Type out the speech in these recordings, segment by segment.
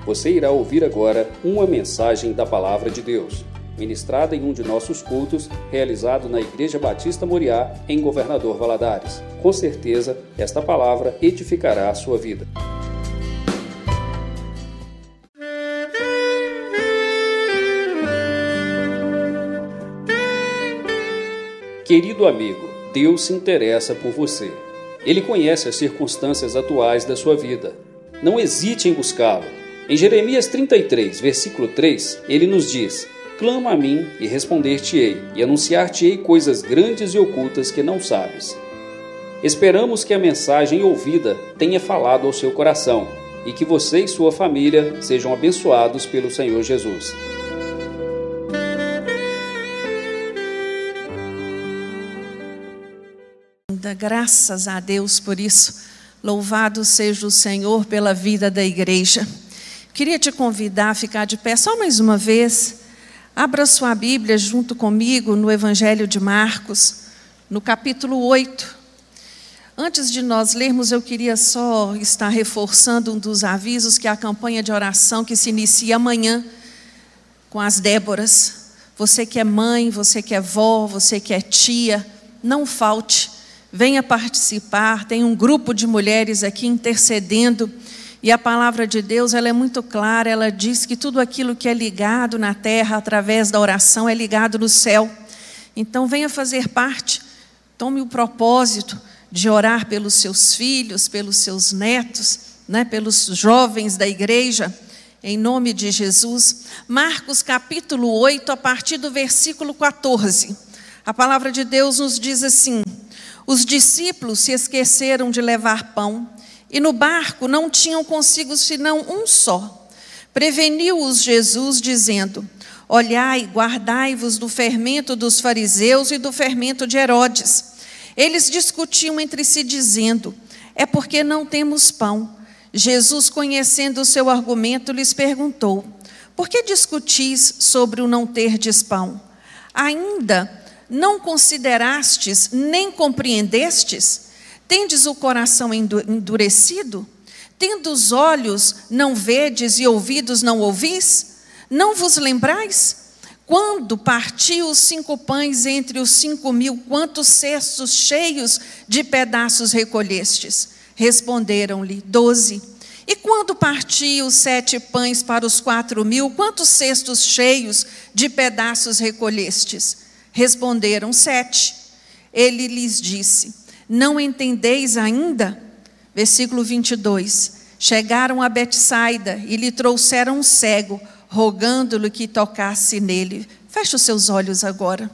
Você irá ouvir agora uma mensagem da Palavra de Deus, ministrada em um de nossos cultos, realizado na Igreja Batista Moriá, em Governador Valadares. Com certeza, esta palavra edificará a sua vida. Querido amigo, Deus se interessa por você. Ele conhece as circunstâncias atuais da sua vida. Não hesite em buscá-lo. Em Jeremias 33, versículo 3, ele nos diz: clama a mim e responder-te-ei, e anunciar-te-ei coisas grandes e ocultas que não sabes. Esperamos que a mensagem ouvida tenha falado ao seu coração e que você e sua família sejam abençoados pelo Senhor Jesus. Graças a Deus por isso. Louvado seja o Senhor pela vida da igreja. Queria te convidar a ficar de pé só mais uma vez. Abra sua Bíblia junto comigo no Evangelho de Marcos, no capítulo 8. Antes de nós lermos, eu queria só estar reforçando um dos avisos, que é a campanha de oração que se inicia amanhã com as Déboras. Você que é mãe, você que é vó, você que é tia, não falte. Venha participar, tem um grupo de mulheres aqui intercedendo, e a palavra de Deus ela é muito clara, ela diz que tudo aquilo que é ligado na terra através da oração é ligado no céu. Então venha fazer parte, tome o propósito de orar pelos seus filhos, pelos seus netos, pelos jovens da igreja, em nome de Jesus. Marcos capítulo 8, a partir do versículo 14, a palavra de Deus nos diz assim: os discípulos se esqueceram de levar pão, e no barco não tinham consigo senão um só. Preveniu-os Jesus, dizendo: olhai, guardai-vos do fermento dos fariseus e do fermento de Herodes. Eles discutiam entre si, dizendo: é porque não temos pão. Jesus, conhecendo o seu argumento, lhes perguntou: por que discutis sobre o não terdes pão? Ainda não considerastes, nem compreendestes? Tendes o coração endurecido? Tendo os olhos, não vedes, e ouvidos, não ouvis? Não vos lembrais? Quando partiu os 5 pães entre os 5.000, quantos cestos cheios de pedaços recolhestes? Responderam-lhe: 12. E quando partiu os 7 pães para os 4.000, quantos cestos cheios de pedaços recolhestes? Responderam: 7. Ele lhes disse: não entendeis ainda? Versículo 22. Chegaram a Betsaida e lhe trouxeram um cego, rogando-lhe que tocasse nele. Feche os seus olhos agora.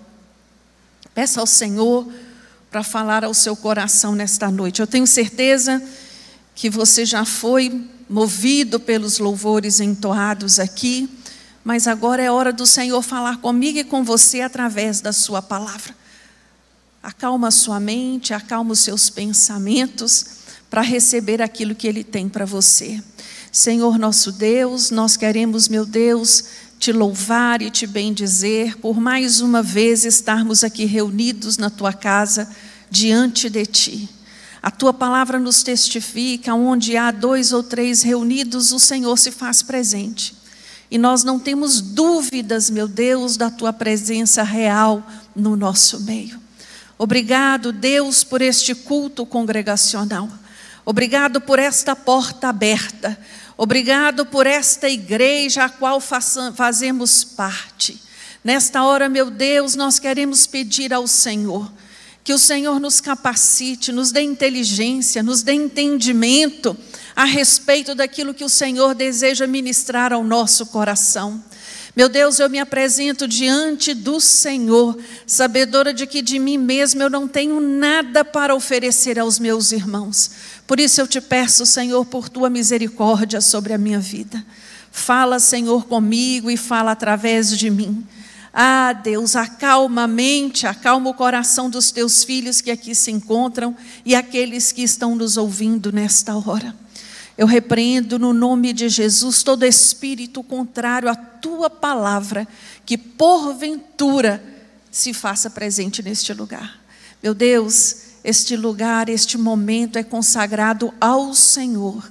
Peça ao Senhor para falar ao seu coração nesta noite. Eu tenho certeza que você já foi movido pelos louvores entoados aqui, mas agora é hora do Senhor falar comigo e com você através da sua palavra. Acalma a sua mente, acalma os seus pensamentos para receber aquilo que Ele tem para você. Senhor nosso Deus, nós queremos, meu Deus, te louvar e te bendizer por mais uma vez estarmos aqui reunidos na tua casa diante de ti. A tua palavra nos testifica: onde há 2 ou 3 reunidos, o Senhor se faz presente. E nós não temos dúvidas, meu Deus, da tua presença real no nosso meio. Obrigado, Deus, por este culto congregacional. Obrigado por esta porta aberta. Obrigado por esta igreja a qual fazemos parte. Nesta hora, meu Deus, nós queremos pedir ao Senhor que o Senhor nos capacite, nos dê inteligência, nos dê entendimento a respeito daquilo que o Senhor deseja ministrar ao nosso coração. Meu Deus, eu me apresento diante do Senhor, sabedora de que de mim mesma eu não tenho nada para oferecer aos meus irmãos. Por isso eu te peço, Senhor, por tua misericórdia sobre a minha vida. Fala, Senhor, comigo e fala através de mim. Ah, Deus, acalma a mente, acalma o coração dos teus filhos que aqui se encontram e aqueles que estão nos ouvindo nesta hora. Eu repreendo no nome de Jesus todo espírito contrário à tua palavra, que porventura se faça presente neste lugar. Meu Deus, este lugar, este momento é consagrado ao Senhor.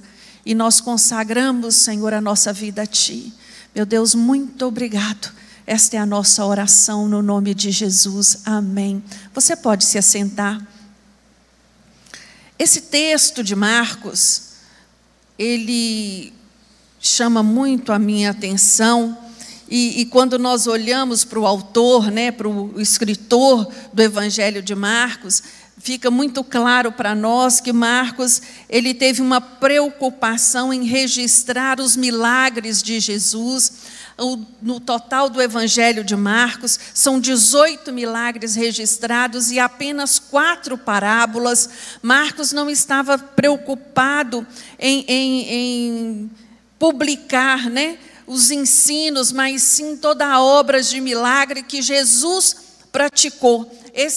e nós consagramos, Senhor, a nossa vida a Ti. Meu Deus, muito obrigado. Esta é a nossa oração no nome de Jesus. Amém. Você pode se assentar. Esse texto de Marcos, ele chama muito a minha atenção, e quando nós olhamos para o autor, para o escritor do Evangelho de Marcos, fica muito claro para nós que Marcos, ele teve uma preocupação em registrar os milagres de Jesus. No total do Evangelho de Marcos, são 18 milagres registrados e apenas 4 parábolas. Marcos não estava preocupado em publicar, os ensinos, mas sim toda a obra de milagre que Jesus praticou.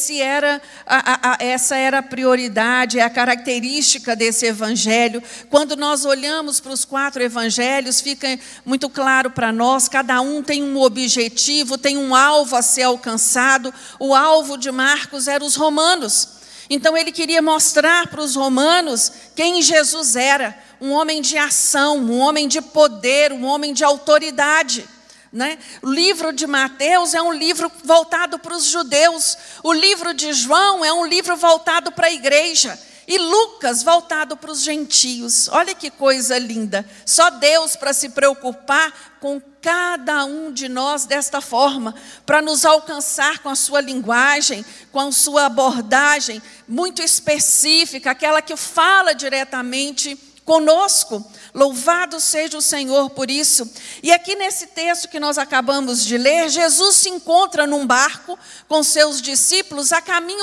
Essa era a prioridade, a característica desse evangelho. Quando nós olhamos para os 4 evangelhos, fica muito claro para nós, cada um tem um objetivo, tem um alvo a ser alcançado. O alvo de Marcos era os romanos. Então ele queria mostrar para os romanos quem Jesus era, um homem de ação, um homem de poder, um homem de autoridade. O livro de Mateus é um livro voltado para os judeus, o livro de João é um livro voltado para a igreja, e Lucas voltado para os gentios. Olha que coisa linda, só Deus para se preocupar com cada um de nós desta forma, para nos alcançar com a sua linguagem, com a sua abordagem muito específica, aquela que fala diretamente conosco. Louvado seja o Senhor por isso. E aqui nesse texto que nós acabamos de ler, Jesus se encontra num barco com seus discípulos a caminho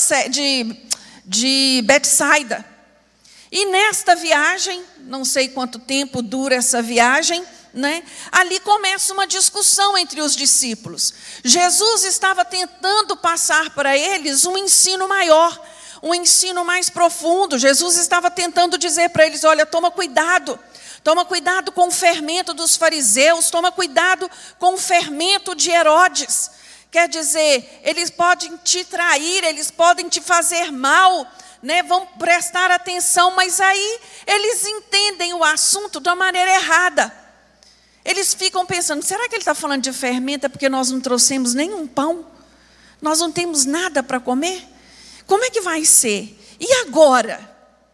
de Betsaida. E nesta viagem, não sei quanto tempo dura essa viagem, ali começa uma discussão entre os discípulos. Jesus estava tentando passar para eles um ensino maior, um ensino mais profundo. Jesus estava tentando dizer para eles: olha, toma cuidado com o fermento dos fariseus, toma cuidado com o fermento de Herodes. Quer dizer, eles podem te trair, eles podem te fazer mal, vão prestar atenção, mas aí eles entendem o assunto de uma maneira errada. Eles ficam pensando: será que ele está falando de fermento é porque nós não trouxemos nenhum pão? Nós não temos nada para comer? Como é que vai ser? E agora?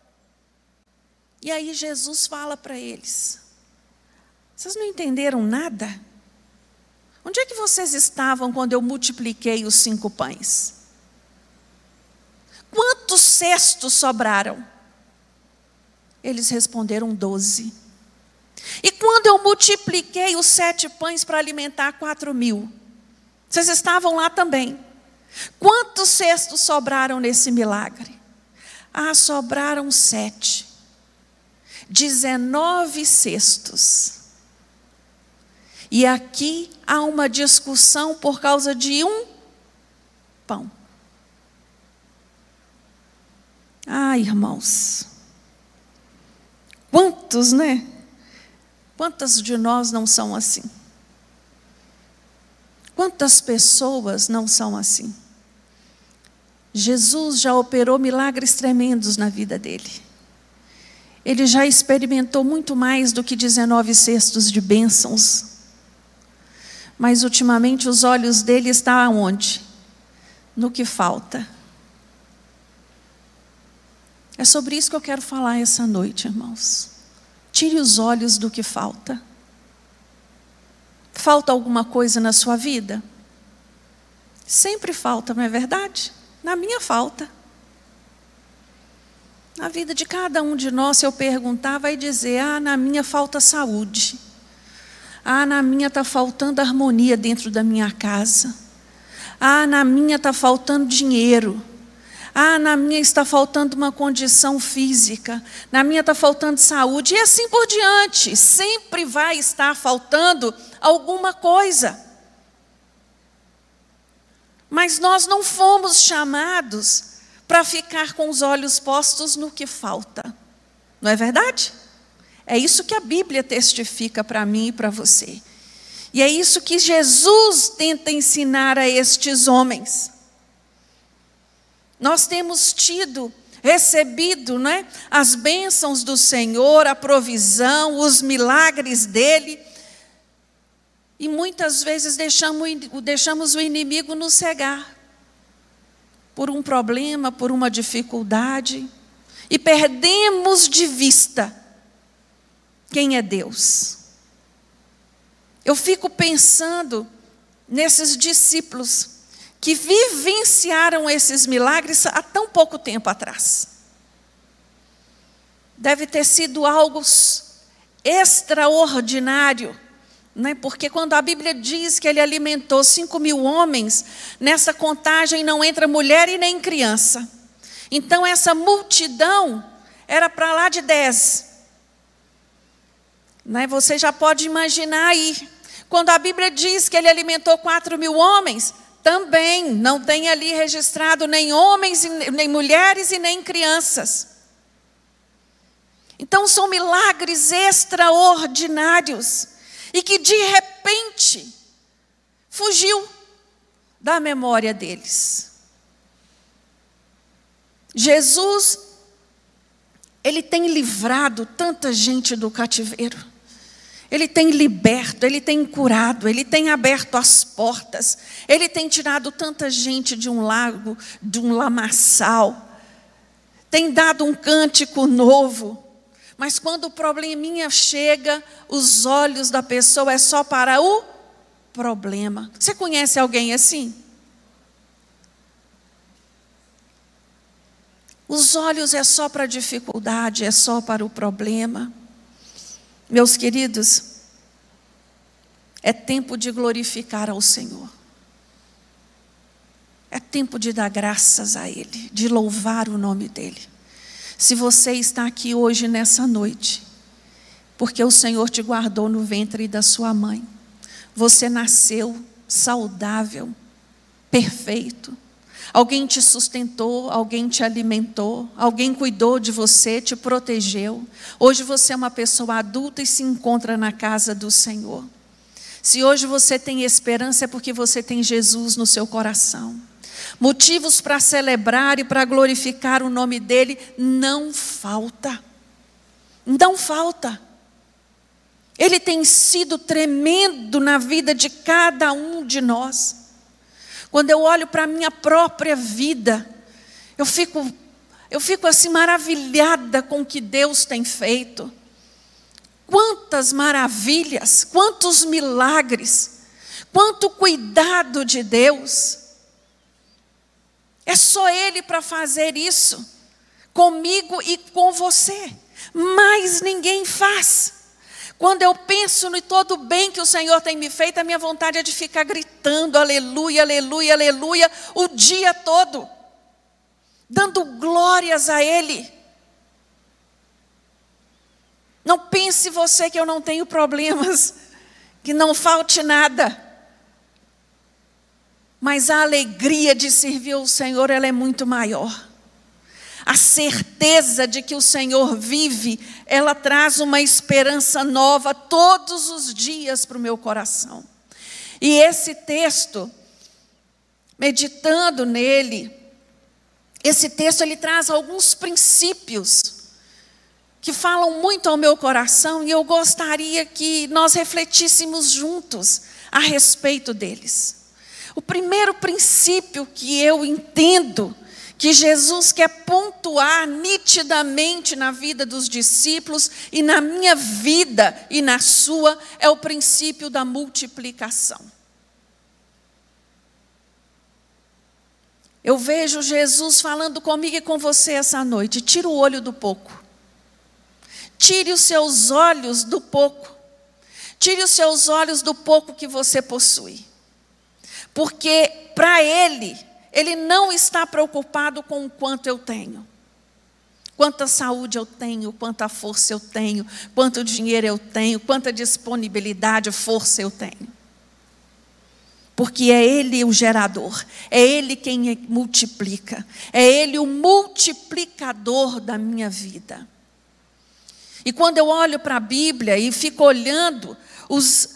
E aí Jesus fala para eles: vocês não entenderam nada? Onde é que vocês estavam quando eu multipliquei os 5 pães? Quantos cestos sobraram? Eles responderam: 12. E quando eu multipliquei os 7 pães para alimentar 4.000? Vocês estavam lá também. Quantos cestos sobraram nesse milagre? Sobraram 7. 19 cestos. E aqui há uma discussão por causa de um pão. Irmãos, quantos, Quantas de nós não são assim? Quantas pessoas não são assim? Jesus já operou milagres tremendos na vida dele. Ele já experimentou muito mais do que 19 cestos de bênçãos. Mas ultimamente os olhos dele estão aonde? No que falta. É sobre isso que eu quero falar essa noite, irmãos. Tire os olhos do que falta. Falta alguma coisa na sua vida? Sempre falta, não é verdade? Na minha falta. Na vida de cada um de nós, se eu perguntar, vai dizer: na minha falta saúde. Na minha está faltando harmonia dentro da minha casa. Na minha está faltando dinheiro. Na minha está faltando uma condição física. Na minha está faltando saúde. E assim por diante. Sempre vai estar faltando alguma coisa. Mas nós não fomos chamados para ficar com os olhos postos no que falta. Não é verdade? É isso que a Bíblia testifica para mim e para você. E é isso que Jesus tenta ensinar a estes homens. Nós temos tido recebido, né, as bênçãos do Senhor, a provisão, os milagres dele. E muitas vezes deixamos o inimigo nos cegar por um problema, por uma dificuldade, e perdemos de vista quem é Deus. Eu fico pensando nesses discípulos que vivenciaram esses milagres há tão pouco tempo atrás. Deve ter sido algo extraordinário, né? Porque quando a Bíblia diz que ele alimentou 5.000 homens, nessa contagem não entra mulher e nem criança. Então essa multidão era para lá de 10. Né? Você já pode imaginar aí. Quando a Bíblia diz que ele alimentou 4.000 homens, também não tem ali registrado nem homens, nem mulheres e nem crianças. Então são milagres extraordinários e que de repente fugiu da memória deles. Jesus, ele tem livrado tanta gente do cativeiro. Ele tem liberto, ele tem curado, ele tem aberto as portas, ele tem tirado tanta gente de um lago, de um lamaçal, tem dado um cântico novo, mas quando o probleminha chega, os olhos da pessoa é só para o problema. Você conhece alguém assim? Os olhos é só para a dificuldade, é só para o problema. Meus queridos, é tempo de glorificar ao Senhor. É tempo de dar graças a Ele, de louvar o nome dEle. Se você está aqui hoje nessa noite, porque o Senhor te guardou no ventre da sua mãe, você nasceu saudável, perfeito. Alguém te sustentou, alguém te alimentou, alguém cuidou de você, te protegeu. Hoje você é uma pessoa adulta e se encontra na casa do Senhor. Se hoje você tem esperança, é porque você tem Jesus no seu coração. Motivos para celebrar e para glorificar o nome dEle não falta. Não falta. Ele tem sido tremendo na vida de cada um de nós. Quando eu olho para a minha própria vida, eu fico assim maravilhada com o que Deus tem feito. Quantas maravilhas, quantos milagres, quanto cuidado de Deus. É só Ele para fazer isso, comigo e com você. Mas ninguém faz. Quando eu penso no todo o bem que o Senhor tem me feito, a minha vontade é de ficar gritando aleluia, aleluia, aleluia, o dia todo, dando glórias a Ele. Não pense você que eu não tenho problemas, que não falte nada. Mas a alegria de servir ao Senhor, ela é muito maior. A certeza de que o Senhor vive, ela traz uma esperança nova todos os dias para o meu coração. E esse texto, meditando nele, esse texto ele traz alguns princípios que falam muito ao meu coração e eu gostaria que nós refletíssemos juntos a respeito deles. O primeiro princípio que eu entendo que Jesus quer pontuar nitidamente na vida dos discípulos e na minha vida e na sua, é o princípio da multiplicação. Eu vejo Jesus falando comigo e com você essa noite. Tira o olho do pouco. Tire os seus olhos do pouco. Tire os seus olhos do pouco que você possui. Porque para Ele não está preocupado com o quanto eu tenho. Quanta saúde eu tenho, quanta força eu tenho, quanto dinheiro eu tenho, quanta disponibilidade, força eu tenho. Porque é Ele o gerador, é Ele quem multiplica, é Ele o multiplicador da minha vida. E quando eu olho para a Bíblia e fico olhando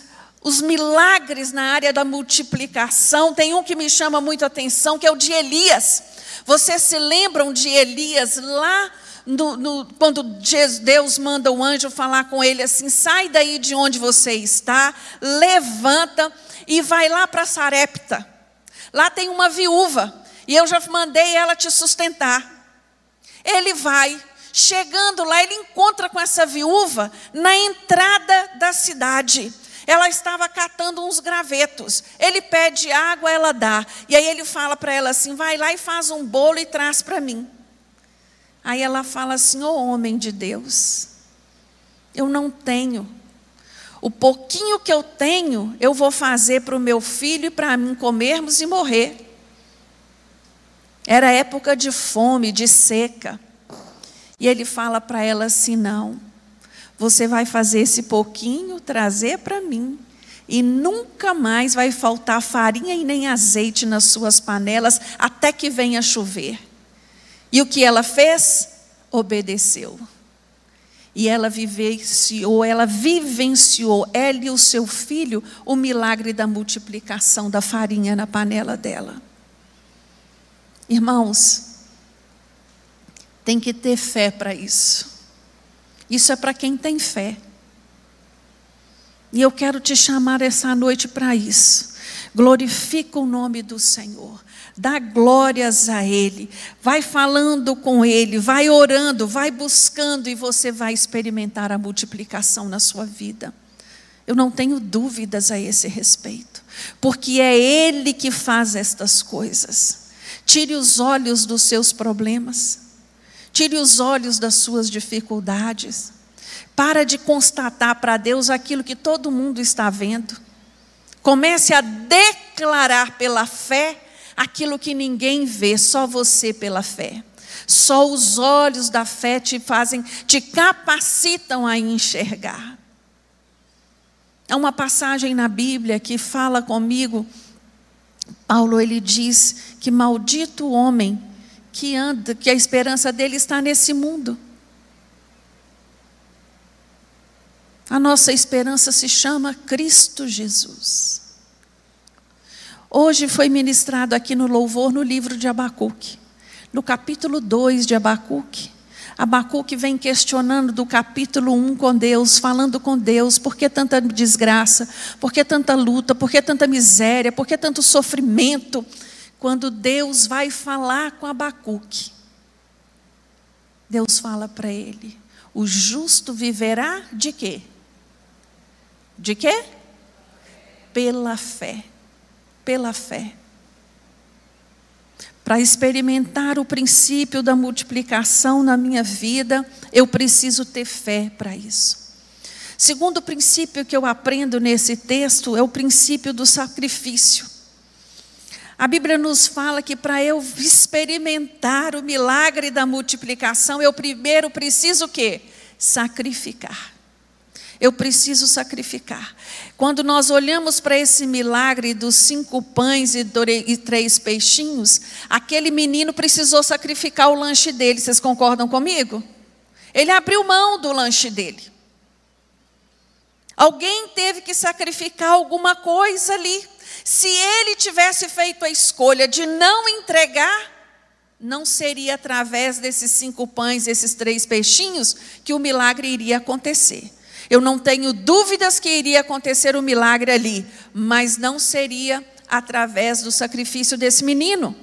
os milagres na área da multiplicação. Tem um que me chama muito a atenção, que é o de Elias. Vocês se lembram de Elias lá quando Deus manda o anjo falar com ele assim: sai daí de onde você está, levanta e vai lá para Sarepta. Lá tem uma viúva e eu já mandei ela te sustentar. Ele vai, chegando lá, ele encontra com essa viúva na entrada da cidade. Ela estava catando uns gravetos. Ele pede água, ela dá. E aí ele fala para ela assim: vai lá e faz um bolo e traz para mim. Aí ela fala assim: ô homem de Deus, eu não tenho. O pouquinho que eu tenho, eu vou fazer para o meu filho e para mim comermos e morrer. Era época de fome, de seca. E ele fala para ela assim: não, você vai fazer esse pouquinho, trazer para mim, e nunca mais vai faltar farinha e nem azeite nas suas panelas, até que venha chover. E o que ela fez? Obedeceu. E ela vivenciou, ela e o seu filho, o milagre da multiplicação da farinha na panela dela. Irmãos, tem que ter fé para isso. Isso é para quem tem fé. E eu quero te chamar essa noite para isso. Glorifica o nome do Senhor. Dá glórias a Ele. Vai falando com Ele, vai orando, vai buscando, e você vai experimentar a multiplicação na sua vida. Eu não tenho dúvidas a esse respeito, porque é Ele que faz estas coisas. Tire os olhos dos seus problemas. Tire os olhos das suas dificuldades. Para de constatar para Deus aquilo que todo mundo está vendo. Comece a declarar pela fé aquilo que ninguém vê, só você pela fé. Só os olhos da fé te capacitam a enxergar. Há uma passagem na Bíblia que fala comigo. Paulo, ele diz que maldito o homem que anda, que a esperança dele está nesse mundo. A nossa esperança se chama Cristo Jesus. Hoje foi ministrado aqui no louvor no livro de Abacuque, no capítulo 2 de Abacuque. Abacuque vem questionando do capítulo 1 com Deus, falando com Deus: por que tanta desgraça, por que tanta luta, por que tanta miséria, por que tanto sofrimento? Quando Deus vai falar com Abacuque, Deus fala para ele: o justo viverá de quê? De quê? Pela fé. Pela fé. Para experimentar o princípio da multiplicação na minha vida, eu preciso ter fé para isso. Segundo princípio que eu aprendo nesse texto é o princípio do sacrifício. A Bíblia nos fala que para eu experimentar o milagre da multiplicação, eu primeiro preciso o quê? Sacrificar. Eu preciso sacrificar. Quando nós olhamos para esse milagre dos 5 pães e 3 peixinhos, aquele menino precisou sacrificar o lanche dele. Vocês concordam comigo? Ele abriu mão do lanche dele. Alguém teve que sacrificar alguma coisa ali. Se ele tivesse feito a escolha de não entregar, não seria através desses 5 pães, esses 3 peixinhos, que o milagre iria acontecer. Eu não tenho dúvidas que iria acontecer o milagre ali, mas não seria através do sacrifício desse menino.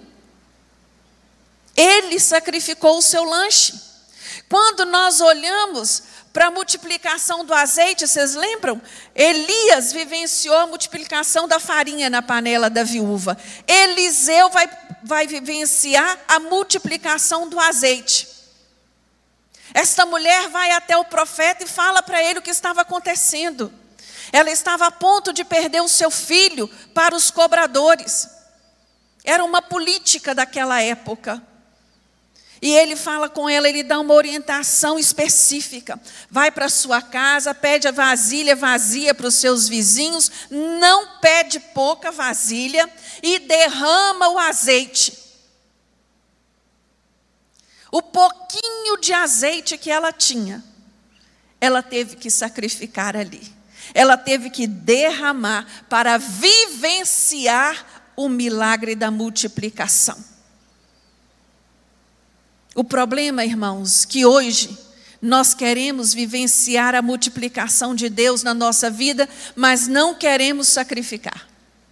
Ele sacrificou o seu lanche. Quando nós olhamos para a multiplicação do azeite, vocês lembram? Elias vivenciou a multiplicação da farinha na panela da viúva. Eliseu vai vivenciar a multiplicação do azeite. Esta mulher vai até o profeta e fala para ele o que estava acontecendo. Ela estava a ponto de perder o seu filho para os cobradores. Era uma política daquela época. E ele fala com ela, ele dá uma orientação específica. Vai para a sua casa, pede a vasilha vazia para os seus vizinhos, não pede pouca vasilha e derrama o azeite. O pouquinho de azeite que ela tinha, ela teve que sacrificar ali. ela teve que derramar para vivenciar o milagre da multiplicação. O problema, irmãos, que hoje nós queremos vivenciar a multiplicação de Deus na nossa vida, mas não queremos sacrificar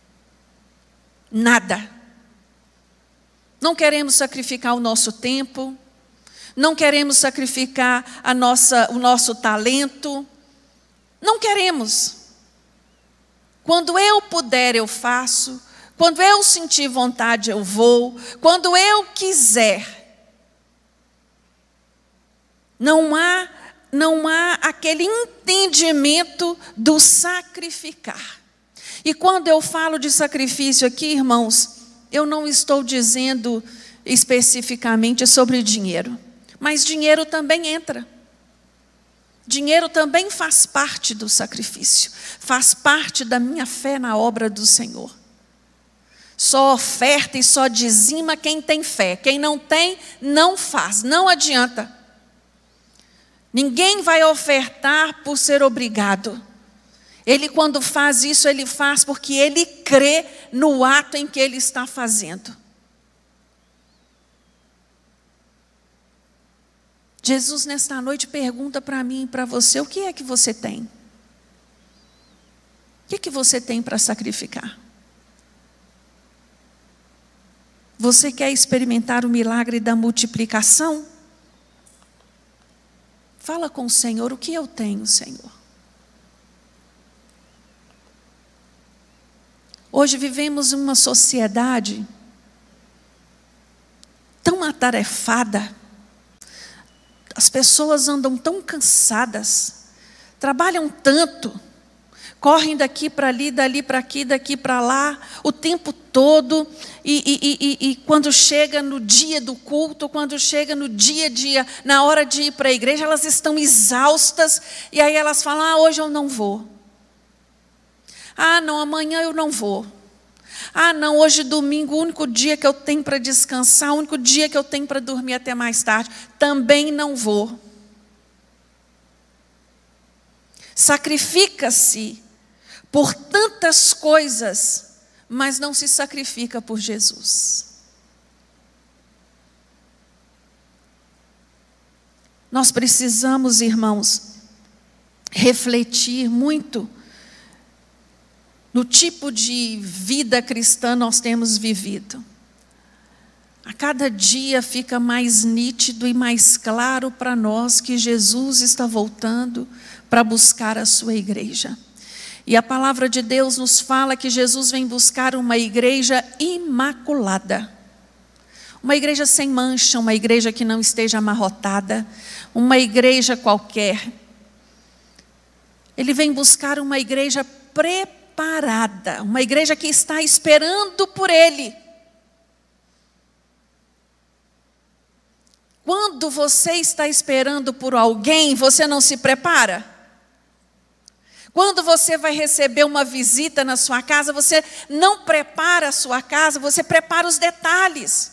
nada. Não queremos sacrificar o nosso tempo, não queremos sacrificar o nosso talento, não queremos. Quando eu puder, eu faço. Quando eu sentir vontade, eu vou. Quando eu quiser. Não há aquele entendimento do sacrificar. E quando eu falo de sacrifício aqui, irmãos, eu não estou dizendo especificamente sobre dinheiro. Mas dinheiro também entra. Dinheiro também faz parte do sacrifício. Faz parte da minha fé na obra do Senhor. Só oferta e só dizima quem tem fé. Quem não tem, não faz. Não adianta. Ninguém vai ofertar por ser obrigado. Ele, quando faz isso, ele faz porque ele crê no ato em que ele está fazendo. Jesus, nesta noite, pergunta para mim e para você: o que é que você tem? O que é que você tem para sacrificar? Você quer experimentar o milagre da multiplicação? Fala com o Senhor: o que eu tenho, Senhor? Hoje vivemos uma sociedade tão atarefada. As pessoas andam tão cansadas, trabalham tanto, correm daqui para ali, dali para aqui, daqui para lá, o tempo todo, e quando chega no dia do culto, quando chega no dia a dia, na hora de ir para a igreja, elas estão exaustas, e aí elas falam: hoje eu não vou. Não, amanhã eu não vou. Não, hoje domingo, o único dia que eu tenho para descansar, o único dia que eu tenho para dormir até mais tarde, também não vou. Sacrifica-se por tantas coisas, mas não se sacrifica por Jesus. Nós precisamos, irmãos, refletir muito no tipo de vida cristã nós temos vivido. A cada dia fica mais nítido e mais claro para nós que Jesus está voltando para buscar a sua igreja. E a palavra de Deus nos fala que Jesus vem buscar uma igreja imaculada. Uma igreja sem mancha, uma igreja que não esteja amarrotada, uma igreja qualquer. Ele vem buscar uma igreja preparada, uma igreja que está esperando por Ele. Quando você está esperando por alguém, você não se prepara? Quando você vai receber uma visita na sua casa, você não prepara a sua casa, você prepara os detalhes.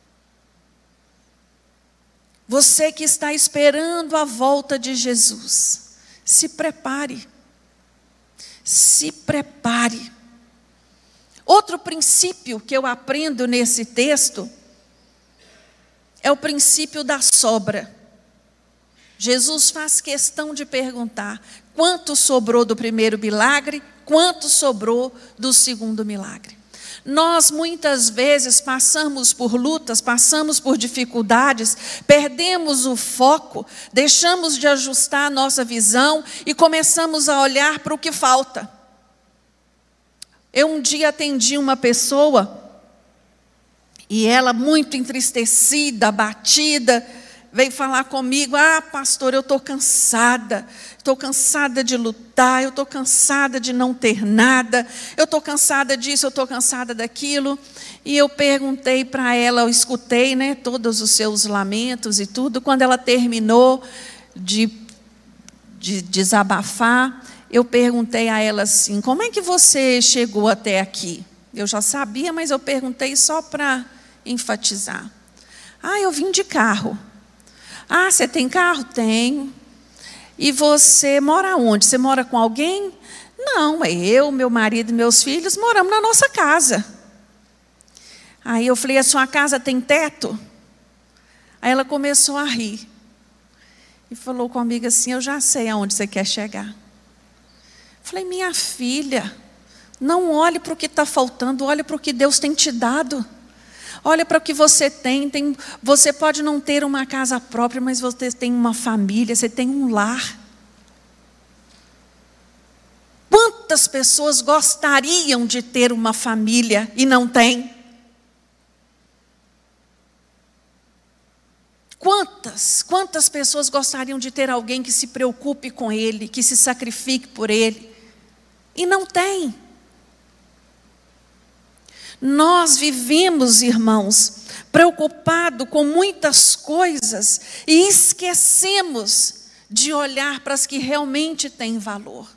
Você que está esperando a volta de Jesus, se prepare. Se prepare. Outro princípio que eu aprendo nesse texto é o princípio da sobra. Jesus faz questão de perguntar: quanto sobrou do primeiro milagre? Quanto sobrou do segundo milagre? Nós muitas vezes passamos por lutas, passamos por dificuldades, perdemos o foco, deixamos de ajustar a nossa visão e começamos a olhar para o que falta. Eu um dia atendi uma pessoa e ela, muito entristecida, abatida, veio falar comigo: pastor, eu estou cansada de lutar, eu estou cansada de não ter nada, eu estou cansada disso, eu estou cansada daquilo. E eu perguntei para ela, eu escutei, todos os seus lamentos e tudo. Quando ela terminou de desabafar, eu perguntei a ela assim: como é que você chegou até aqui? Eu já sabia, mas eu perguntei só para enfatizar. Eu vim de carro. Você tem carro? Tenho. E você mora onde? Você mora com alguém? Não, eu, meu marido e meus filhos moramos na nossa casa. Aí eu falei, a sua casa tem teto? Aí ela começou a rir. E falou comigo assim, eu já sei aonde você quer chegar. Falei, minha filha, não olhe para o que está faltando, olhe para o que Deus tem te dado. Olha para o que você tem. Você pode não ter uma casa própria, mas você tem uma família, você tem um lar. Quantas pessoas gostariam de ter uma família e não têm? Quantas pessoas gostariam de ter alguém que se preocupe com ele, que se sacrifique por ele, e não tem? Nós vivemos, irmãos, preocupados com muitas coisas e esquecemos de olhar para as que realmente têm valor.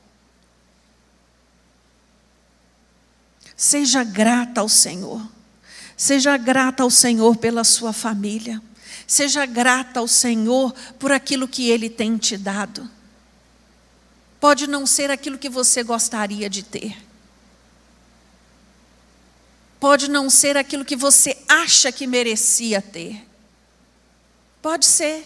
Seja grata ao Senhor. Seja grata ao Senhor pela sua família. Seja grata ao Senhor por aquilo que Ele tem te dado. Pode não ser aquilo que você gostaria de ter. Pode não ser aquilo que você acha que merecia ter. Pode ser.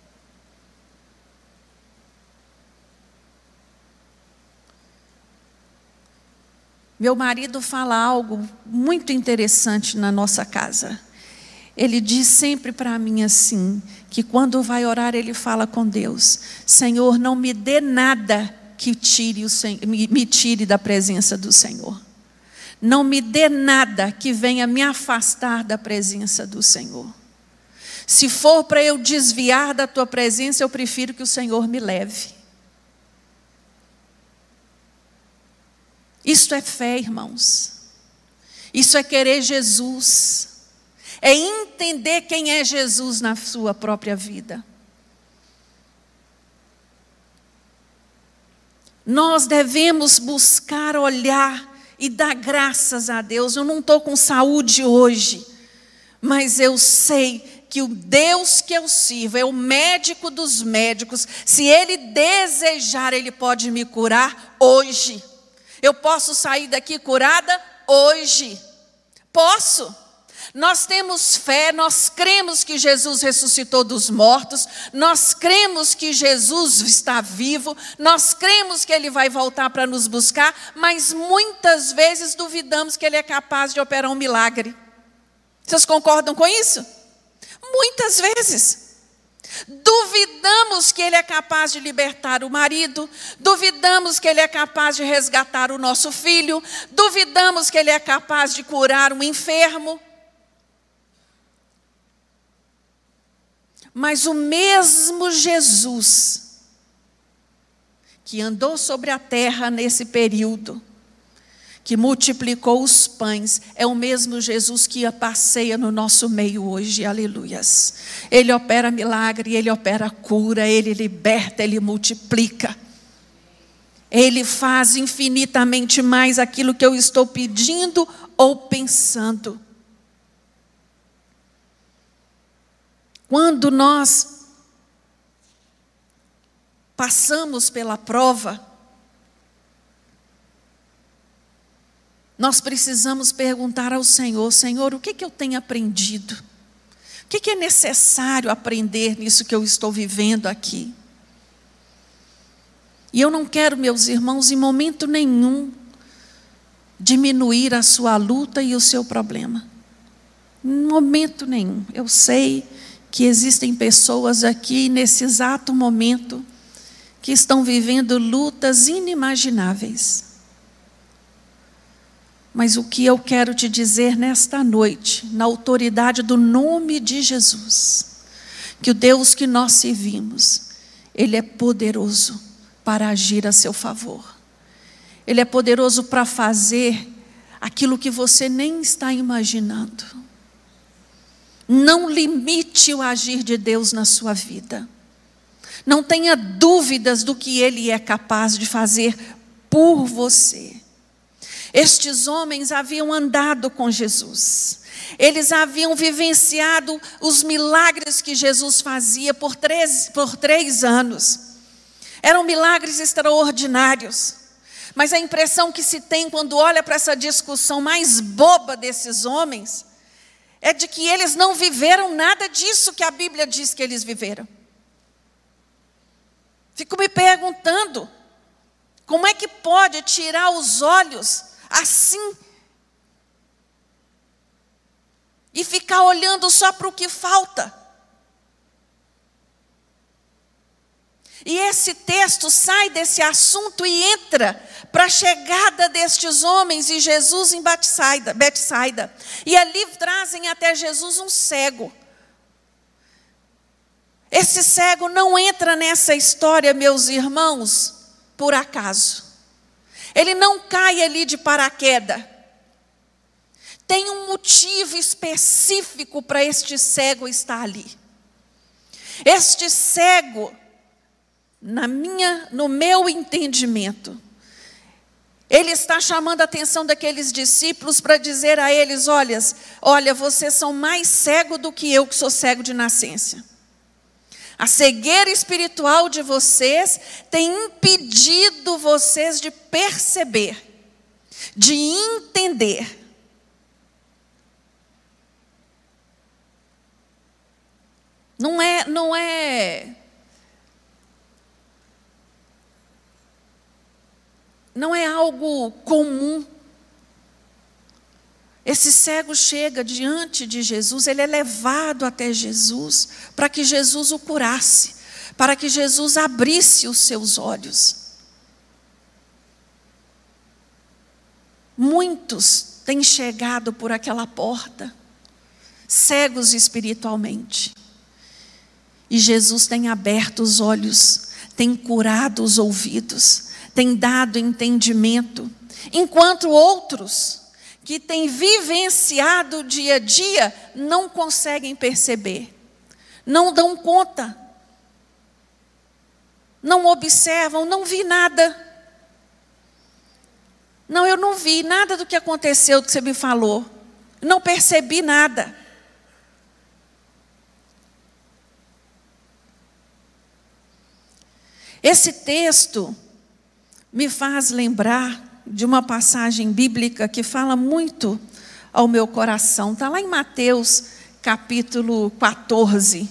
Meu marido fala algo muito interessante na nossa casa. Ele diz sempre para mim assim, que quando vai orar ele fala com Deus, Senhor, não me dê nada que me tire da presença do Senhor. Não me dê nada que venha me afastar da presença do Senhor. Se for para eu desviar da tua presença, eu prefiro que o Senhor me leve. Isto é fé, irmãos. Isso é querer Jesus. É entender quem é Jesus na sua própria vida. Nós devemos buscar olhar e dar graças a Deus. Eu não estou com saúde hoje, mas eu sei que o Deus que eu sirvo é o médico dos médicos. Se Ele desejar, Ele pode me curar hoje. Eu posso sair daqui curada hoje. Posso. Nós temos fé, nós cremos que Jesus ressuscitou dos mortos, nós cremos que Jesus está vivo, nós cremos que Ele vai voltar para nos buscar, mas muitas vezes duvidamos que Ele é capaz de operar um milagre. Vocês concordam com isso? Muitas vezes. Duvidamos que Ele é capaz de libertar o marido, duvidamos que Ele é capaz de resgatar o nosso filho, duvidamos que Ele é capaz de curar um enfermo. Mas o mesmo Jesus que andou sobre a terra nesse período, que multiplicou os pães, é o mesmo Jesus que passeia no nosso meio hoje, aleluias. Ele opera milagre, Ele opera cura, Ele liberta, Ele multiplica. Ele faz infinitamente mais aquilo que eu estou pedindo ou pensando. Quando nós passamos pela prova, nós precisamos perguntar ao Senhor, Senhor, o que eu tenho aprendido? O que é necessário aprender nisso que eu estou vivendo aqui? E eu não quero, meus irmãos, em momento nenhum, diminuir a sua luta e o seu problema. Em momento nenhum. Eu sei que existem pessoas aqui nesse exato momento que estão vivendo lutas inimagináveis. Mas o que eu quero te dizer nesta noite, na autoridade do nome de Jesus, que o Deus que nós servimos, Ele é poderoso para agir a seu favor. Ele é poderoso para fazer aquilo que você nem está imaginando. Não limite o agir de Deus na sua vida. Não tenha dúvidas do que Ele é capaz de fazer por você. Estes homens haviam andado com Jesus. Eles haviam vivenciado os milagres que Jesus fazia por 3 anos. Eram milagres extraordinários. Mas a impressão que se tem quando olha para essa discussão mais boba desses homens é de que eles não viveram nada disso que a Bíblia diz que eles viveram. Fico me perguntando, como é que pode tirar os olhos assim e ficar olhando só para o que falta? E esse texto sai desse assunto e entra para a chegada destes homens e Jesus em Betsaida. E ali trazem até Jesus um cego. Esse cego não entra nessa história, meus irmãos, por acaso. Ele não cai ali de paraquedas. Tem um motivo específico para este cego estar ali. Este cego, no meu entendimento, ele está chamando a atenção daqueles discípulos para dizer a eles: olha, vocês são mais cegos do que eu, que sou cego de nascença. A cegueira espiritual de vocês tem impedido vocês de perceber, de entender. Não é algo comum. Esse cego chega diante de Jesus, ele é levado até Jesus, para que Jesus o curasse, para que Jesus abrisse os seus olhos. Muitos têm chegado por aquela porta, cegos espiritualmente. E Jesus tem aberto os olhos, tem curado os ouvidos, tem dado entendimento, enquanto outros que têm vivenciado o dia a dia não conseguem perceber, não dão conta, não observam, não vi nada. Não, eu não vi nada do que aconteceu, do que você me falou, não percebi nada. Esse texto me faz lembrar de uma passagem bíblica que fala muito ao meu coração. Está lá em Mateus, capítulo 14.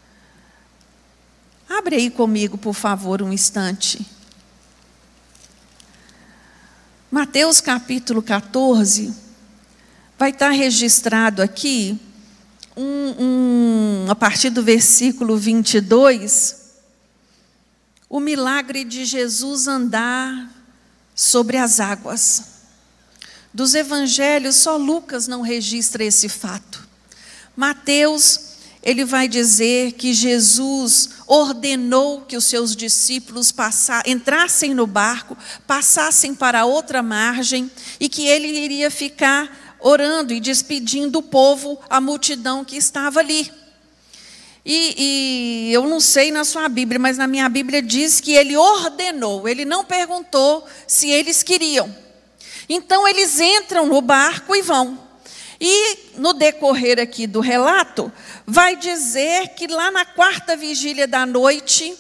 Abre aí comigo, por favor, um instante. Mateus, capítulo 14, vai estar registrado aqui, a partir do versículo 22, o milagre de Jesus andar sobre as águas. Dos evangelhos, só Lucas não registra esse fato. Mateus, ele vai dizer que Jesus ordenou que os seus discípulos entrassem no barco, passassem para outra margem, e que ele iria ficar orando e despedindo o povo, a multidão que estava ali. E eu não sei na sua Bíblia, mas na minha Bíblia diz que ele ordenou, ele não perguntou se eles queriam. Então eles entram no barco e vão. E no decorrer aqui do relato, vai dizer que lá na 4ª vigília da noite,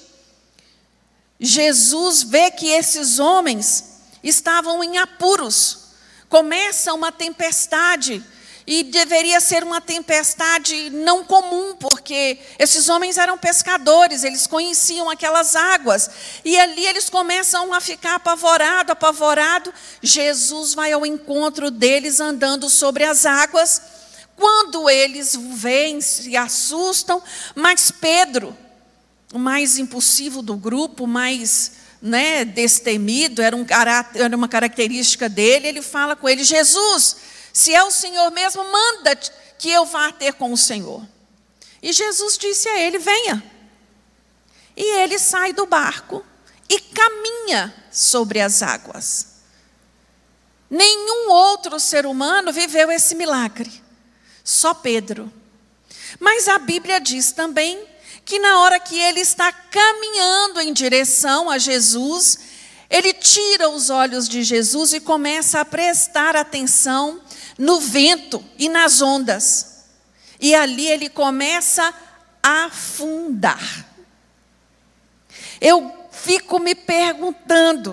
Jesus vê que esses homens estavam em apuros. Começa uma tempestade. E deveria ser uma tempestade não comum, porque esses homens eram pescadores, eles conheciam aquelas águas. E ali eles começam a ficar apavorado. Jesus vai ao encontro deles andando sobre as águas. Quando eles o veem, se assustam, mas Pedro, o mais impulsivo do grupo, mais destemido, era uma característica dele, ele fala com ele: Jesus, se é o Senhor mesmo, manda que eu vá ter com o Senhor. E Jesus disse a ele: venha. E ele sai do barco e caminha sobre as águas. Nenhum outro ser humano viveu esse milagre, só Pedro. Mas a Bíblia diz também que na hora que ele está caminhando em direção a Jesus, ele tira os olhos de Jesus e começa a prestar atenção no vento e nas ondas. E ali ele começa a afundar. Eu fico me perguntando,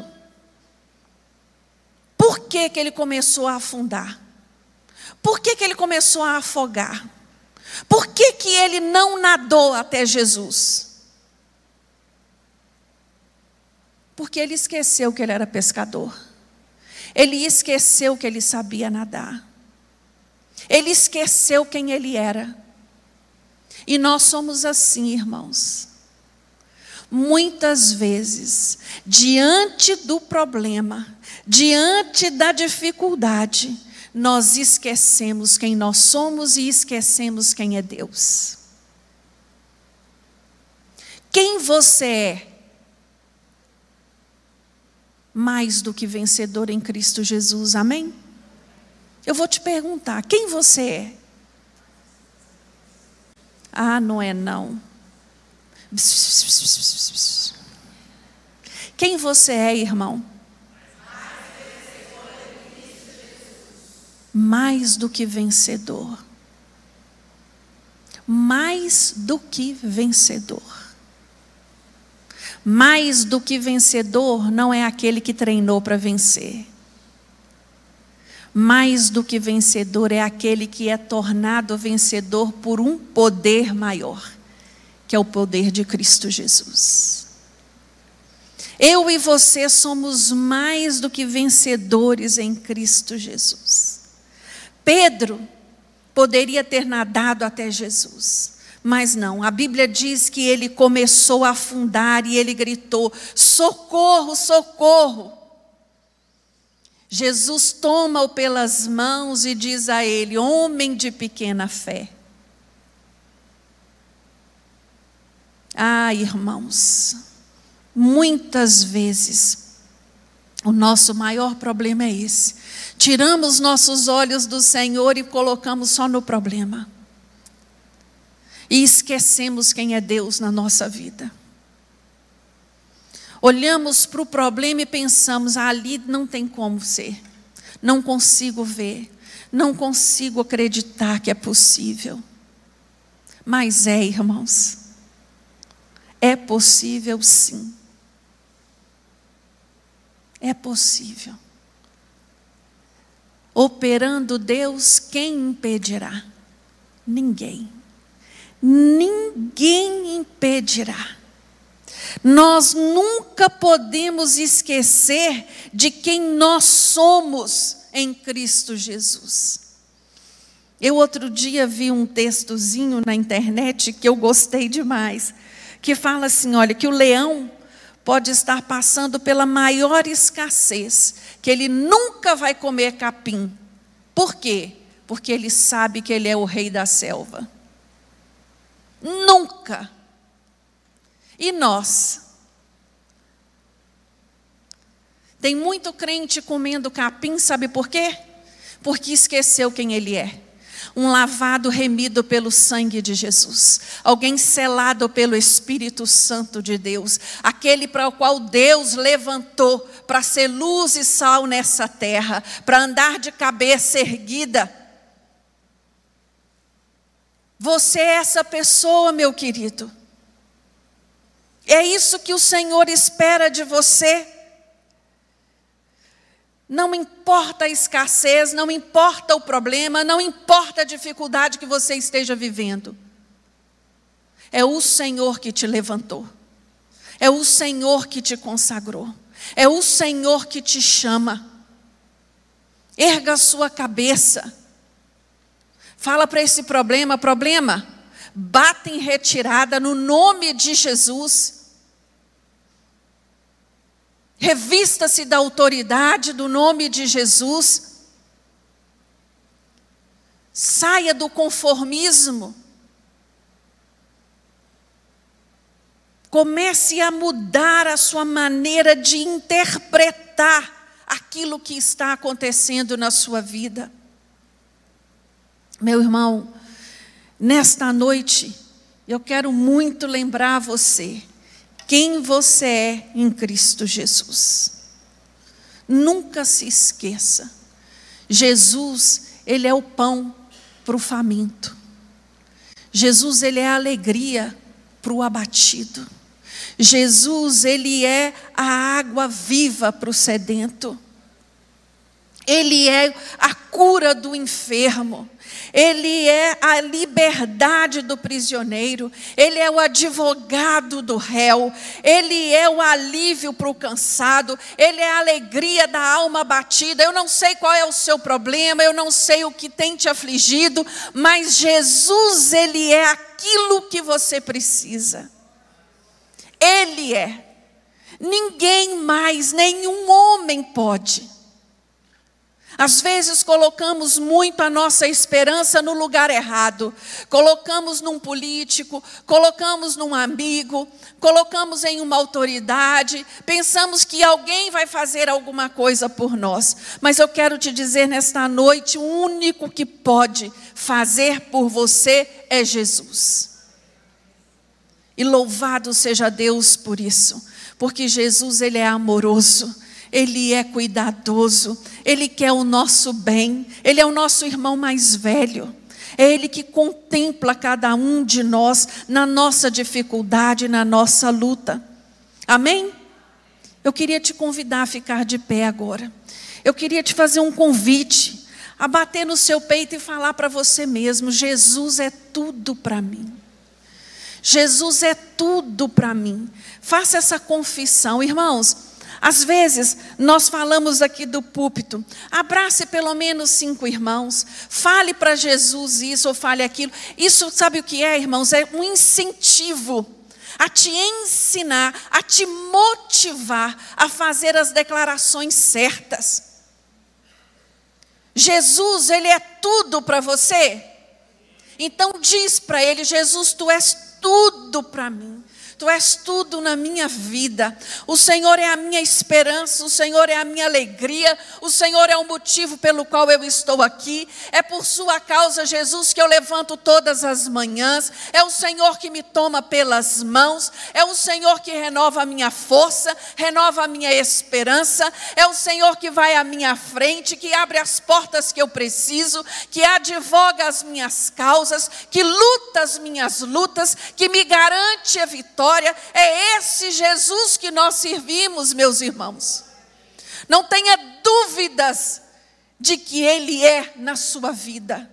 por que que ele começou a afundar? Por que que ele começou a afogar? Por que que ele não nadou até Jesus? Porque ele esqueceu que ele era pescador. Ele esqueceu que ele sabia nadar. Ele esqueceu quem ele era. E nós somos assim, irmãos. Muitas vezes, diante do problema, diante da dificuldade, nós esquecemos quem nós somos e esquecemos quem é Deus. Quem você é? Mais do que vencedor em Cristo Jesus, amém? Eu vou te perguntar, quem você é? Ah, não é não. Quem você é, irmão? Mais do que vencedor. Mais do que vencedor. Mais do que vencedor não é aquele que treinou para vencer. Mais do que vencedor é aquele que é tornado vencedor por um poder maior, que é o poder de Cristo Jesus. Eu e você somos mais do que vencedores em Cristo Jesus. Pedro poderia ter nadado até Jesus, mas não. A Bíblia diz que ele começou a afundar e ele gritou: socorro, socorro. Jesus toma-o pelas mãos e diz a ele: homem de pequena fé. Ah, irmãos, muitas vezes o nosso maior problema é esse. Tiramos nossos olhos do Senhor e colocamos só no problema. E esquecemos quem é Deus na nossa vida. Olhamos para o problema e pensamos: ali não tem como ser. Não consigo ver. Não consigo acreditar que é possível. Mas é, irmãos. É possível sim. É possível. Operando Deus, quem impedirá? Ninguém. Ninguém impedirá. Nós nunca podemos esquecer de quem nós somos em Cristo Jesus. Eu outro dia vi um textozinho na internet que eu gostei demais, que fala assim, olha, que o leão pode estar passando pela maior escassez, que ele nunca vai comer capim. Por quê? Porque ele sabe que ele é o rei da selva. Nunca. E nós? Tem muito crente comendo capim, sabe por quê? Porque esqueceu quem ele é. Um lavado remido pelo sangue de Jesus. Alguém selado pelo Espírito Santo de Deus. Aquele para o qual Deus levantou para ser luz e sal nessa terra. Para andar de cabeça erguida. Você é essa pessoa, meu querido. É isso que o Senhor espera de você. Não importa a escassez, não importa o problema, não importa a dificuldade que você esteja vivendo. É o Senhor que te levantou. É o Senhor que te consagrou. É o Senhor que te chama. Erga a sua cabeça. Fala para esse problema, bata em retirada no nome de Jesus. Revista-se da autoridade do nome de Jesus. Saia do conformismo. Comece a mudar a sua maneira de interpretar aquilo que está acontecendo na sua vida. Meu irmão, nesta noite, eu quero muito lembrar você quem você é em Cristo Jesus. Nunca se esqueça. Jesus, Ele é o pão para o faminto. Jesus, Ele é a alegria para o abatido. Jesus, Ele é a água viva para o sedento. Ele é a cura do enfermo. Ele é a liberdade do prisioneiro. Ele é o advogado do réu. Ele é o alívio para o cansado. Ele é a alegria da alma abatida. Eu não sei qual é o seu problema, eu não sei o que tem te afligido, mas Jesus, Ele é aquilo que você precisa. Ele é. Ninguém mais, nenhum homem pode. Às vezes colocamos muito a nossa esperança no lugar errado. Colocamos num político, colocamos num amigo, colocamos em uma autoridade. Pensamos que alguém vai fazer alguma coisa por nós. Mas eu quero te dizer nesta noite, o único que pode fazer por você é Jesus. E louvado seja Deus por isso. Porque Jesus, Ele é amoroso. Ele é cuidadoso, Ele quer o nosso bem, Ele é o nosso irmão mais velho. É Ele que contempla cada um de nós na nossa dificuldade, na nossa luta. Amém? Eu queria te convidar a ficar de pé agora. Eu queria te fazer um convite, a bater no seu peito e falar para você mesmo: Jesus é tudo para mim. Jesus é tudo para mim. Faça essa confissão, irmãos. Às vezes, nós falamos aqui do púlpito, abrace pelo menos 5 irmãos, fale para Jesus isso ou fale aquilo. Isso, sabe o que é, irmãos? É um incentivo a te ensinar, a te motivar a fazer as declarações certas. Jesus, Ele é tudo para você? Então diz para Ele: Jesus, Tu és tudo para mim. Tu és tudo na minha vida. O Senhor é a minha esperança, o Senhor é a minha alegria, o Senhor é o motivo pelo qual eu estou aqui. É por sua causa, Jesus, que eu levanto todas as manhãs. É o Senhor que me toma pelas mãos. É o Senhor que renova a minha força, renova a minha esperança. É o Senhor que vai à minha frente, que abre as portas que eu preciso, que advoga as minhas causas, que luta as minhas lutas, que me garante a vitória. É esse Jesus que nós servimos, meus irmãos. Não tenha dúvidas de que Ele é na sua vida.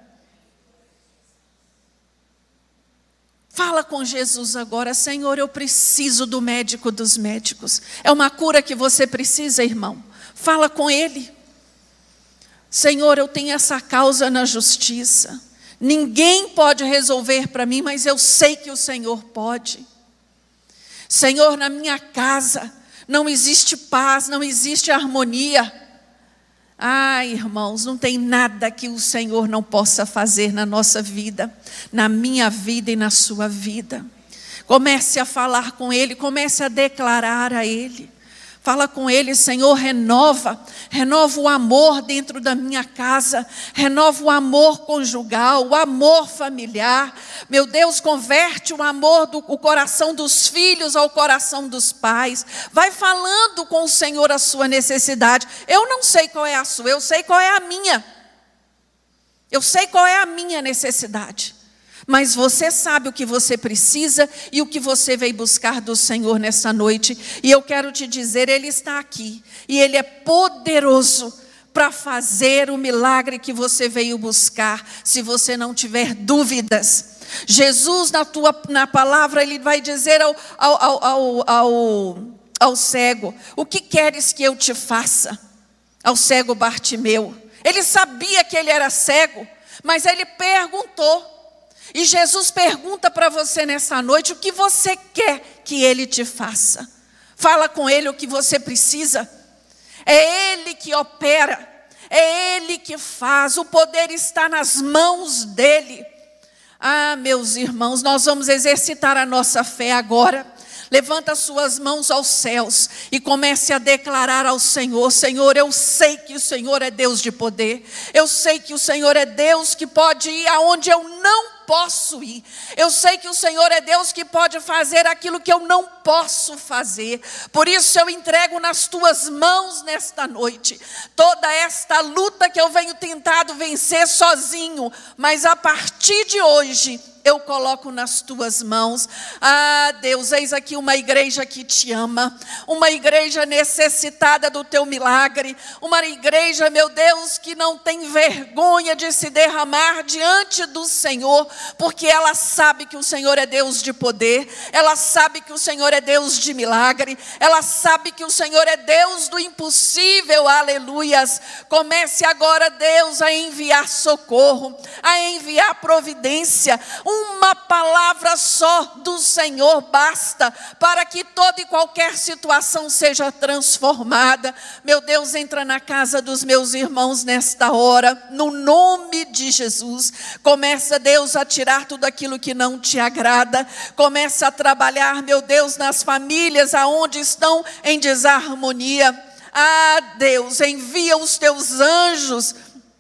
Fala com Jesus agora: Senhor, eu preciso do médico dos médicos. É uma cura que você precisa, irmão. Fala com Ele. Senhor, eu tenho essa causa na justiça. Ninguém pode resolver para mim, mas eu sei que o Senhor pode. Senhor, na minha casa não existe paz, não existe harmonia. Ai, irmãos, não tem nada que o Senhor não possa fazer na nossa vida, na minha vida e na sua vida. Comece a falar com Ele, comece a declarar a Ele. Fala com Ele: Senhor, renova o amor dentro da minha casa, renova o amor conjugal, o amor familiar. Meu Deus, converte o amor o coração dos filhos ao coração dos pais. Vai falando com o Senhor a sua necessidade. Eu não sei qual é a sua, eu sei qual é a minha. Eu sei qual é a minha necessidade. Mas você sabe o que você precisa e o que você veio buscar do Senhor nessa noite. E eu quero te dizer, Ele está aqui. E Ele é poderoso para fazer o milagre que você veio buscar, se você não tiver dúvidas. Jesus, na palavra, Ele vai dizer ao cego: o que queres que eu te faça? Ao cego Bartimeu. Ele sabia que ele era cego, mas ele perguntou. E Jesus pergunta para você nessa noite: o que você quer que Ele te faça? Fala com Ele o que você precisa. É Ele que opera, é Ele que faz, o poder está nas mãos dEle. Ah, meus irmãos, nós vamos exercitar a nossa fé agora. Levanta suas mãos aos céus e comece a declarar ao Senhor: Senhor, eu sei que o Senhor é Deus de poder. Eu sei que o Senhor é Deus que pode ir aonde eu não posso ir. Eu sei que o Senhor é Deus que pode fazer aquilo que eu não posso fazer. Por isso eu entrego nas tuas mãos nesta noite toda esta luta que eu venho tentado vencer sozinho. Mas a partir de hoje eu coloco nas tuas mãos. Ah, Deus, eis aqui uma igreja que te ama, uma igreja necessitada do teu milagre, uma igreja, meu Deus, que não tem vergonha de se derramar diante do Senhor, porque ela sabe que o Senhor é Deus de poder, ela sabe que o Senhor é Deus de milagre, ela sabe que o Senhor é Deus do impossível, aleluias. Comece agora, Deus, a enviar socorro, a enviar providência. Uma palavra só do Senhor basta para que toda e qualquer situação seja transformada. Meu Deus, entra na casa dos meus irmãos nesta hora, no nome de Jesus. Começa, Deus, a tirar tudo aquilo que não te agrada. Começa a trabalhar, meu Deus, nas famílias aonde estão em desarmonia. Ah, Deus, envia os teus anjos,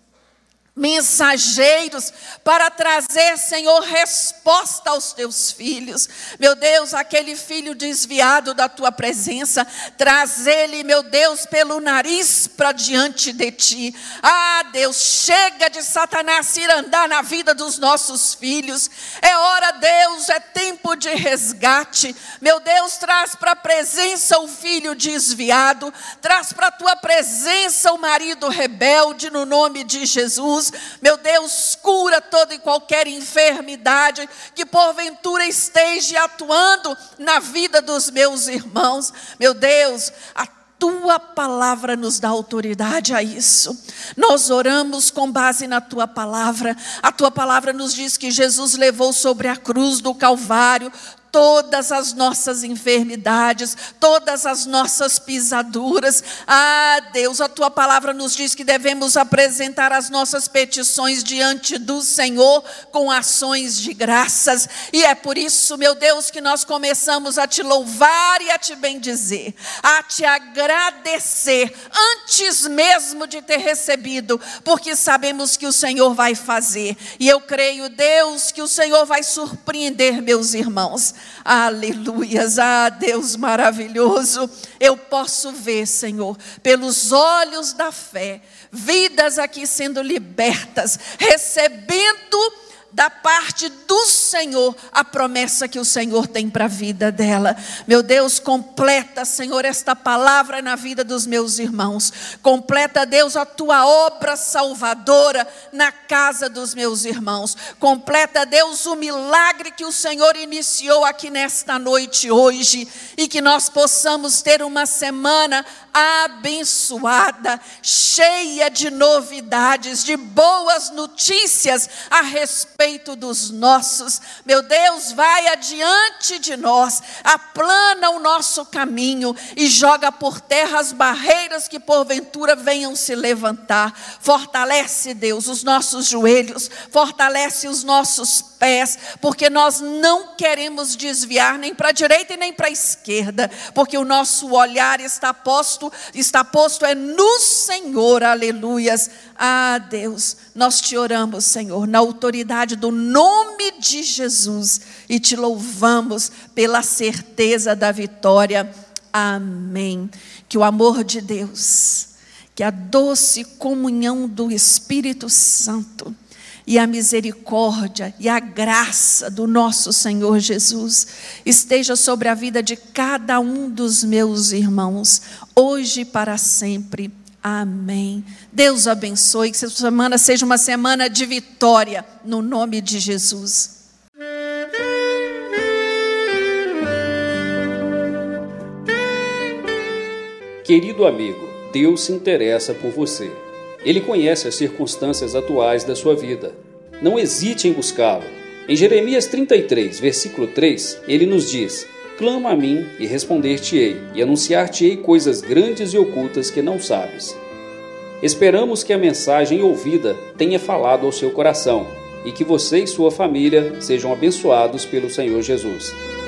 mensageiros, para trazer, Senhor, resposta aos teus filhos. Meu Deus, aquele filho desviado da tua presença, traz ele, meu Deus, pelo nariz para diante de ti. Ah, Deus, chega de Satanás ir andar na vida dos nossos filhos. É hora, Deus, é tempo de resgate. Meu Deus, traz para a presença o filho desviado, traz para a tua presença o marido rebelde, no nome de Jesus. Meu Deus, cura toda e qualquer enfermidade que porventura esteja atuando na vida dos meus irmãos. Meu Deus, a tua palavra nos dá autoridade a isso. Nós oramos com base na tua palavra. A tua palavra nos diz que Jesus levou sobre a cruz do Calvário todas as nossas enfermidades, todas as nossas pisaduras. Ah, Deus, a tua palavra nos diz que devemos apresentar as nossas petições diante do Senhor com ações de graças. E é por isso, meu Deus, que nós começamos a te louvar e a te bendizer, a te agradecer, antes mesmo de ter recebido, porque sabemos que o Senhor vai fazer. E eu creio, Deus, que o Senhor vai surpreender meus irmãos. Aleluias, ah, Deus maravilhoso. Eu posso ver, Senhor, pelos olhos da fé, vidas aqui sendo libertas, recebendo da parte do Senhor a promessa que o Senhor tem para a vida dela. Meu Deus, completa, Senhor, esta palavra na vida dos meus irmãos. Completa, Deus, a tua obra salvadora na casa dos meus irmãos. Completa, Deus, o milagre que o Senhor iniciou aqui nesta noite hoje, e que nós possamos ter uma semana abençoada, cheia de novidades, de boas notícias a respeito dos nossos. Meu Deus, vai adiante de nós, aplana o nosso caminho e joga por terra as barreiras que porventura venham se levantar. Fortalece, Deus, os nossos joelhos, fortalece os nossos pés, porque nós não queremos desviar nem para a direita e nem para a esquerda, porque o nosso olhar está posto é no Senhor, aleluias. Ah, Deus, nós te oramos, Senhor, na autoridade do nome de Jesus, e te louvamos pela certeza da vitória. Amém. Que o amor de Deus, que a doce comunhão do Espírito Santo e a misericórdia e a graça do nosso Senhor Jesus esteja sobre a vida de cada um dos meus irmãos, hoje e para sempre. Amém. Deus abençoe, que essa semana seja uma semana de vitória, no nome de Jesus. Querido amigo, Deus se interessa por você. Ele conhece as circunstâncias atuais da sua vida. Não hesite em buscá-lo. Em Jeremias 33, versículo 3, ele nos diz: clama a mim e responder-te-ei, e anunciar-te-ei coisas grandes e ocultas que não sabes. Esperamos que a mensagem ouvida tenha falado ao seu coração, e que você e sua família sejam abençoados pelo Senhor Jesus.